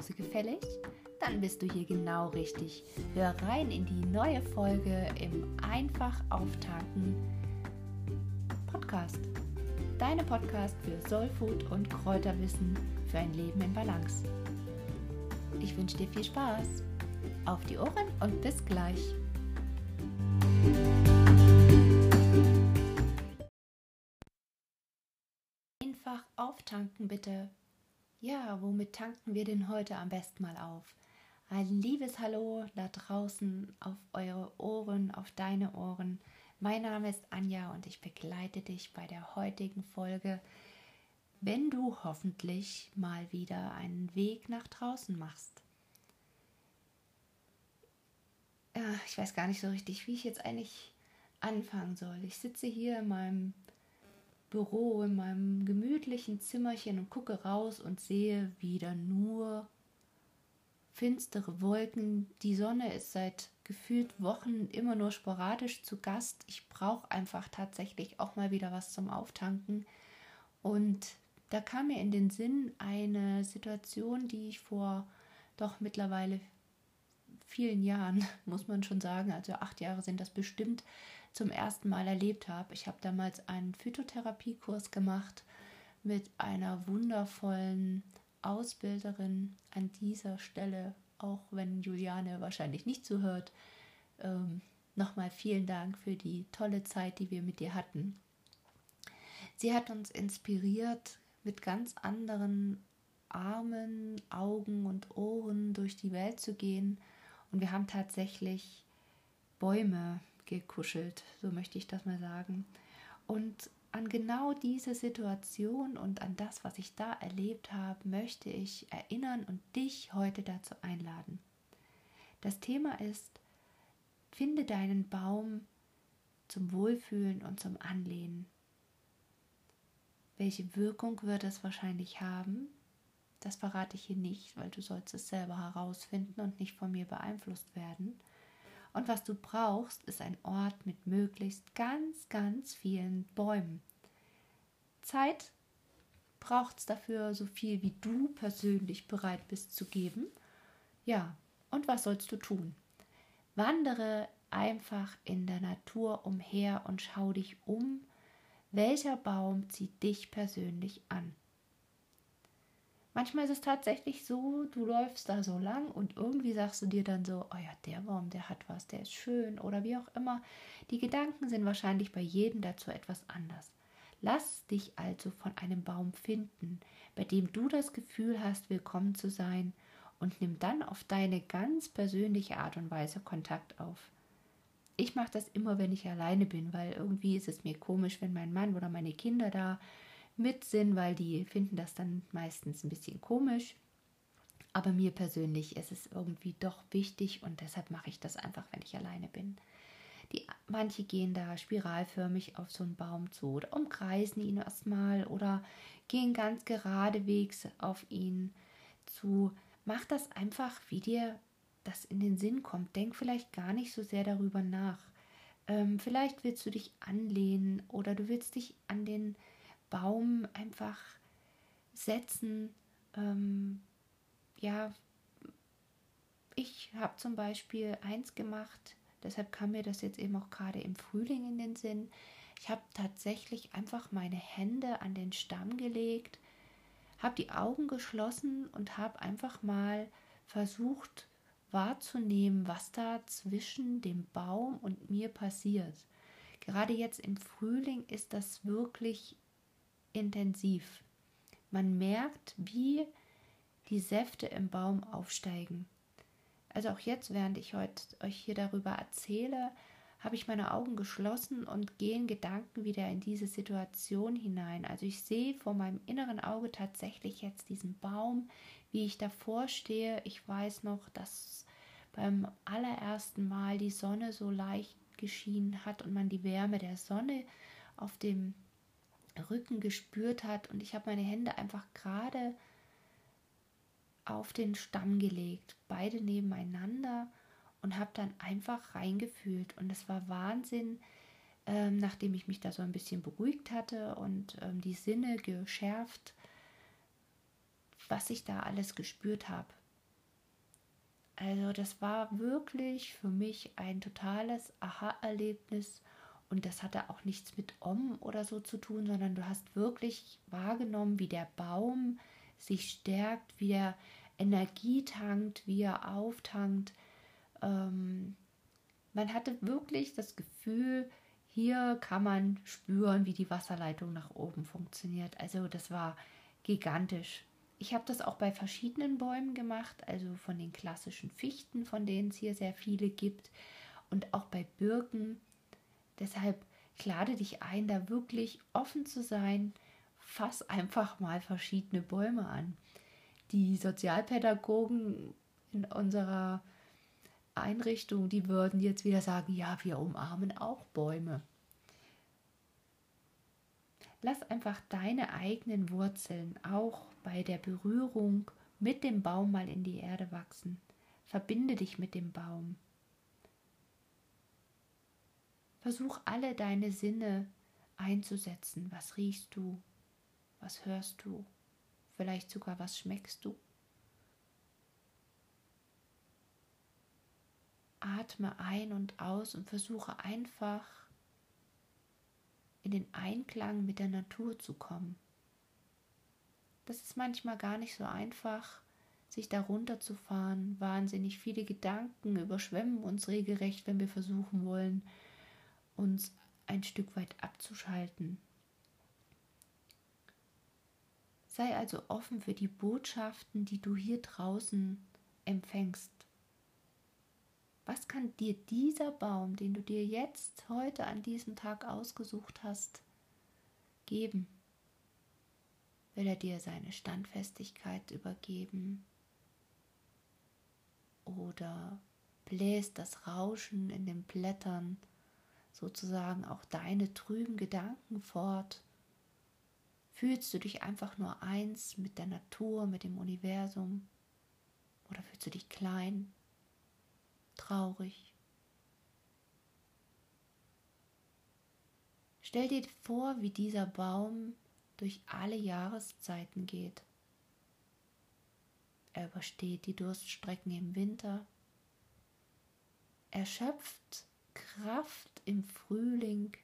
Pause gefällig? Dann bist du hier genau richtig. Hör rein in die neue Folge im Einfach auftanken Podcast. Deine Podcast für Soulfood und Kräuterwissen für ein Leben in Balance. Ich wünsche dir viel Spaß. Auf die Ohren und bis gleich. Einfach auftanken bitte. Ja, womit tanken wir denn heute am besten mal auf? Ein liebes Hallo da draußen auf eure Ohren, auf deine Ohren. Mein Name ist Anja und ich begleite dich bei der heutigen Folge, wenn du hoffentlich mal wieder einen Weg nach draußen machst. Ich weiß gar nicht so richtig, wie ich jetzt eigentlich anfangen soll. Ich sitze hier in meinem Büro, in meinem gemütlichen Zimmerchen und gucke raus und sehe wieder nur finstere Wolken. Die Sonne ist seit gefühlt Wochen immer nur sporadisch zu Gast. Ich brauche einfach tatsächlich auch mal wieder was zum Auftanken. Und da kam mir in den Sinn eine Situation, die ich vor doch mittlerweile vielen Jahren, muss man schon sagen, also 8 Jahre sind das bestimmt, zum ersten Mal erlebt habe. Ich habe damals einen Phytotherapiekurs gemacht mit einer wundervollen Ausbilderin an dieser Stelle, auch wenn Juliane wahrscheinlich nicht zuhört. Nochmal vielen Dank für die tolle Zeit, die wir mit dir hatten. Sie hat uns inspiriert, mit ganz anderen Armen, Augen und Ohren durch die Welt zu gehen. Und wir haben tatsächlich Bäume gekuschelt, so möchte ich das mal sagen. Und an genau diese Situation und an das, was ich da erlebt habe, möchte ich erinnern und dich heute dazu einladen. Das Thema ist, finde deinen Baum zum Wohlfühlen und zum Anlehnen. Welche Wirkung wird es wahrscheinlich haben? Das verrate ich hier nicht, weil du sollst es selber herausfinden und nicht von mir beeinflusst werden. Und was du brauchst, ist ein Ort mit möglichst ganz, ganz vielen Bäumen. Zeit braucht es dafür so viel, wie du persönlich bereit bist zu geben. Ja, und was sollst du tun? Wandere einfach in der Natur umher und schau dich um. Welcher Baum zieht dich persönlich an? Manchmal ist es tatsächlich so, du läufst da so lang und irgendwie sagst du dir dann so, oh ja, der Baum, der hat was, der ist schön oder wie auch immer. Die Gedanken sind wahrscheinlich bei jedem dazu etwas anders. Lass dich also von einem Baum finden, bei dem du das Gefühl hast, willkommen zu sein, und nimm dann auf deine ganz persönliche Art und Weise Kontakt auf. Ich mache das immer, wenn ich alleine bin, weil irgendwie ist es mir komisch, wenn mein Mann oder meine Kinder da mit sind, weil die finden das dann meistens ein bisschen komisch. Aber mir persönlich ist es irgendwie doch wichtig und deshalb mache ich das einfach, wenn ich alleine bin. Manche gehen da spiralförmig auf so einen Baum zu oder umkreisen ihn erstmal oder gehen ganz geradewegs auf ihn zu. Mach das einfach, wie dir das in den Sinn kommt. Denk vielleicht gar nicht so sehr darüber nach. Vielleicht willst du dich anlehnen oder du willst dich an den Baum einfach setzen. Ich habe zum Beispiel eins gemacht, deshalb kam mir das jetzt eben auch gerade im Frühling in den Sinn. Ich habe tatsächlich einfach meine Hände an den Stamm gelegt, habe die Augen geschlossen und habe einfach mal versucht wahrzunehmen, was da zwischen dem Baum und mir passiert. Gerade jetzt im Frühling ist das wirklich intensiv. Man merkt, wie die Säfte im Baum aufsteigen. Also auch jetzt, während ich heute euch hier darüber erzähle, habe ich meine Augen geschlossen und gehe in Gedanken wieder in diese Situation hinein. Also ich sehe vor meinem inneren Auge tatsächlich jetzt diesen Baum, wie ich davor stehe. Ich weiß noch, dass beim allerersten Mal die Sonne so leicht geschienen hat und man die Wärme der Sonne auf dem Rücken gespürt hat und ich habe meine Hände einfach gerade auf den Stamm gelegt, beide nebeneinander und habe dann einfach reingefühlt und es war Wahnsinn, nachdem ich mich da so ein bisschen beruhigt hatte und die Sinne geschärft, was ich da alles gespürt habe. Also das war wirklich für mich ein totales Aha-Erlebnis und das hatte auch nichts mit Om oder so zu tun, sondern du hast wirklich wahrgenommen, wie der Baum sich stärkt, wie er Energie tankt, wie er auftankt. Ähm, Man hatte wirklich das Gefühl, hier kann man spüren, wie die Wasserleitung nach oben funktioniert. Also das war gigantisch. Ich habe das auch bei verschiedenen Bäumen gemacht, also von den klassischen Fichten, von denen es hier sehr viele gibt, und auch bei Birken. Deshalb ich lade dich ein, da wirklich offen zu sein. Fass einfach mal verschiedene Bäume an. Die Sozialpädagogen in unserer Einrichtung, die würden jetzt wieder sagen, ja, wir umarmen auch Bäume. Lass einfach deine eigenen Wurzeln auch bei der Berührung mit dem Baum mal in die Erde wachsen. Verbinde dich mit dem Baum. Versuch alle deine Sinne einzusetzen. Was riechst du? Was hörst du? Vielleicht sogar was schmeckst du? Atme ein und aus und versuche einfach in den Einklang mit der Natur zu kommen. Das ist manchmal gar nicht so einfach, sich da runterzufahren. Wahnsinnig viele Gedanken überschwemmen uns regelrecht, wenn wir versuchen wollen, uns ein Stück weit abzuschalten. Sei also offen für die Botschaften, die du hier draußen empfängst. Was kann dir dieser Baum, den du dir jetzt heute an diesem Tag ausgesucht hast, geben? Will er dir seine Standfestigkeit übergeben? Oder bläst das Rauschen in den Blättern sozusagen auch deine trüben Gedanken fort? Fühlst du dich einfach nur eins mit der Natur, mit dem Universum? Oder fühlst du dich klein, traurig? Stell dir vor, wie dieser Baum durch alle Jahreszeiten geht. Er übersteht die Durststrecken im Winter. Er schöpft Kraft im Frühling.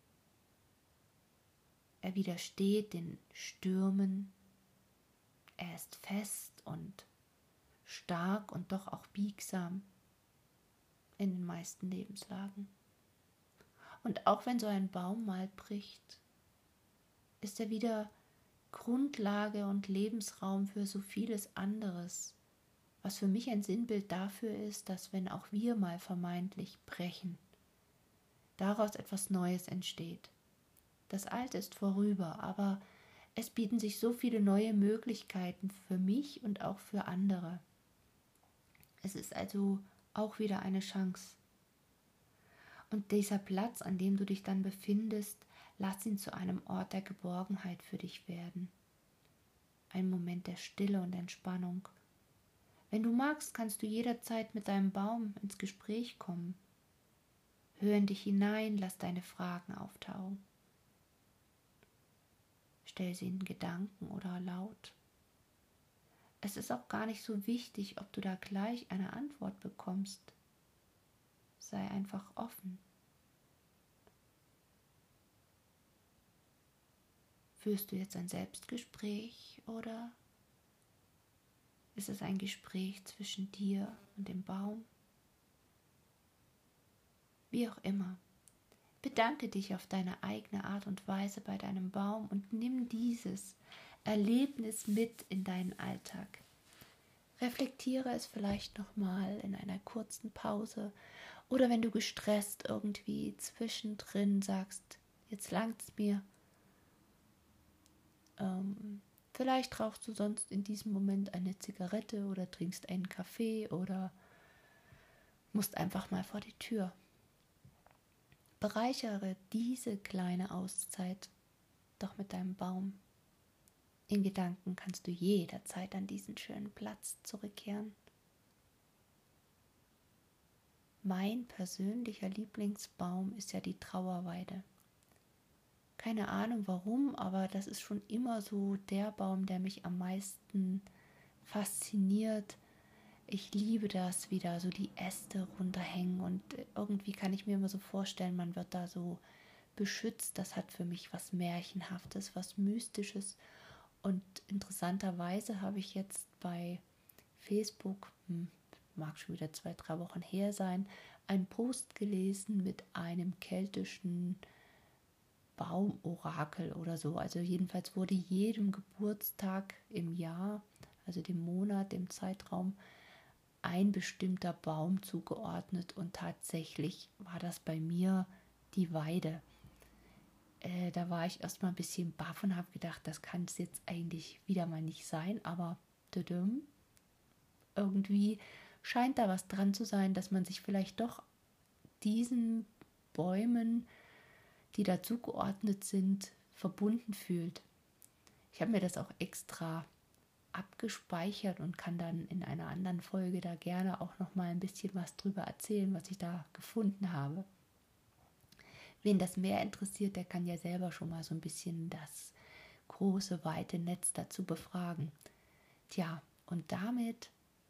Er widersteht den Stürmen. Er ist fest und stark und doch auch biegsam in den meisten Lebenslagen. Und auch wenn so ein Baum mal bricht, ist er wieder Grundlage und Lebensraum für so vieles anderes, was für mich ein Sinnbild dafür ist, dass wenn auch wir mal vermeintlich brechen, daraus etwas Neues entsteht. Das Alte ist vorüber, aber es bieten sich so viele neue Möglichkeiten für mich und auch für andere. Es ist also auch wieder eine Chance. Und dieser Platz, an dem du dich dann befindest, lass ihn zu einem Ort der Geborgenheit für dich werden. Ein Moment der Stille und Entspannung. Wenn du magst, kannst du jederzeit mit deinem Baum ins Gespräch kommen. Hör in dich hinein, lass deine Fragen auftauchen. Stell sie in Gedanken oder laut. Es ist auch gar nicht so wichtig, ob du da gleich eine Antwort bekommst. Sei einfach offen. Führst du jetzt ein Selbstgespräch oder ist es ein Gespräch zwischen dir und dem Baum? Wie auch immer. Bedanke dich auf deine eigene Art und Weise bei deinem Baum und nimm dieses Erlebnis mit in deinen Alltag. Reflektiere es vielleicht nochmal in einer kurzen Pause oder wenn du gestresst irgendwie zwischendrin sagst, jetzt langt's mir. Vielleicht rauchst du sonst in diesem Moment eine Zigarette oder trinkst einen Kaffee oder musst einfach mal vor die Tür. Bereichere diese kleine Auszeit doch mit deinem Baum. In Gedanken kannst du jederzeit an diesen schönen Platz zurückkehren. Mein persönlicher Lieblingsbaum ist ja die Trauerweide. Keine Ahnung warum, aber das ist schon immer so der Baum, der mich am meisten fasziniert. Ich liebe das, wie da so die Äste runterhängen und irgendwie kann ich mir immer so vorstellen, man wird da so beschützt. Das hat für mich was Märchenhaftes, was Mystisches. Und interessanterweise habe ich jetzt bei Facebook, mag schon wieder 2, 3 Wochen her sein, einen Post gelesen mit einem keltischen Baumorakel oder so. Also jedenfalls wurde jedem Geburtstag im Jahr, also dem Monat, dem Zeitraum, ein bestimmter Baum zugeordnet und tatsächlich war das bei mir die Weide. Da war ich erstmal ein bisschen baff und habe gedacht, das kann es jetzt eigentlich wieder mal nicht sein, aber irgendwie scheint da was dran zu sein, dass man sich vielleicht doch diesen Bäumen, die da zugeordnet sind, verbunden fühlt. Ich habe mir das auch extra abgespeichert und kann dann in einer anderen Folge da gerne auch noch mal ein bisschen was drüber erzählen, was ich da gefunden habe. Wen das mehr interessiert, der kann ja selber schon mal so ein bisschen das große, weite Netz dazu befragen. Tja, und damit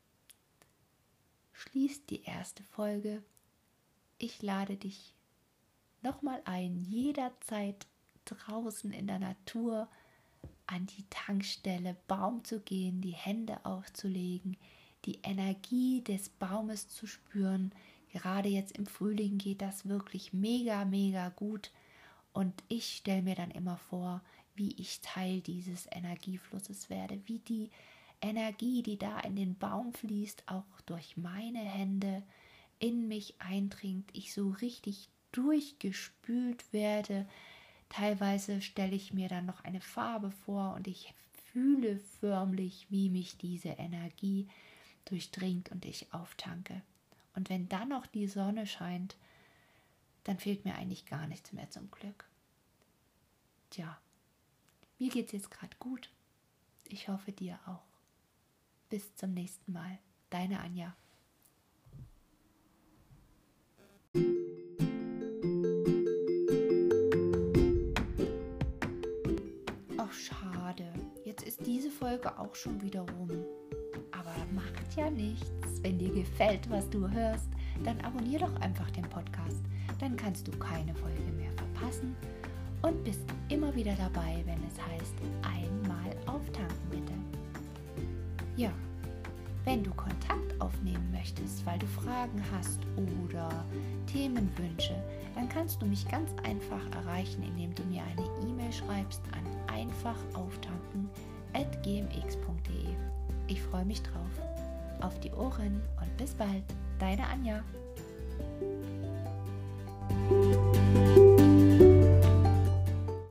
schließt die erste Folge. Ich lade dich nochmal ein, jederzeit draußen in der Natur an die Tankstelle, Baum zu gehen, die Hände aufzulegen, die Energie des Baumes zu spüren. Gerade jetzt im Frühling geht das wirklich mega, mega gut. Und ich stelle mir dann immer vor, wie ich Teil dieses Energieflusses werde, wie die Energie, die da in den Baum fließt, auch durch meine Hände in mich eindringt, ich so richtig durchgespült werde. Teilweise stelle ich mir dann noch eine Farbe vor und ich fühle förmlich, wie mich diese Energie durchdringt und ich auftanke. Und wenn dann noch die Sonne scheint, dann fehlt mir eigentlich gar nichts mehr zum Glück. Tja, mir geht's jetzt gerade gut. Ich hoffe dir auch. Bis zum nächsten Mal. Deine Anja. Ach, schade. Jetzt ist diese Folge auch schon wieder rum. Aber macht ja nichts. Wenn dir gefällt, was du hörst, dann abonnier doch einfach den Podcast. Dann kannst du keine Folge mehr verpassen und bist immer wieder dabei, wenn es heißt, einmal auftanken bitte. Ja, wenn du Kontakt aufnehmen möchtest, weil du Fragen hast oder Themenwünsche, dann kannst du mich ganz einfach erreichen, indem du mir eine E-Mail schreibst an einfachauftanken@gmx.de. Ich freue mich drauf. Auf die Ohren und bis bald. Deine Anja.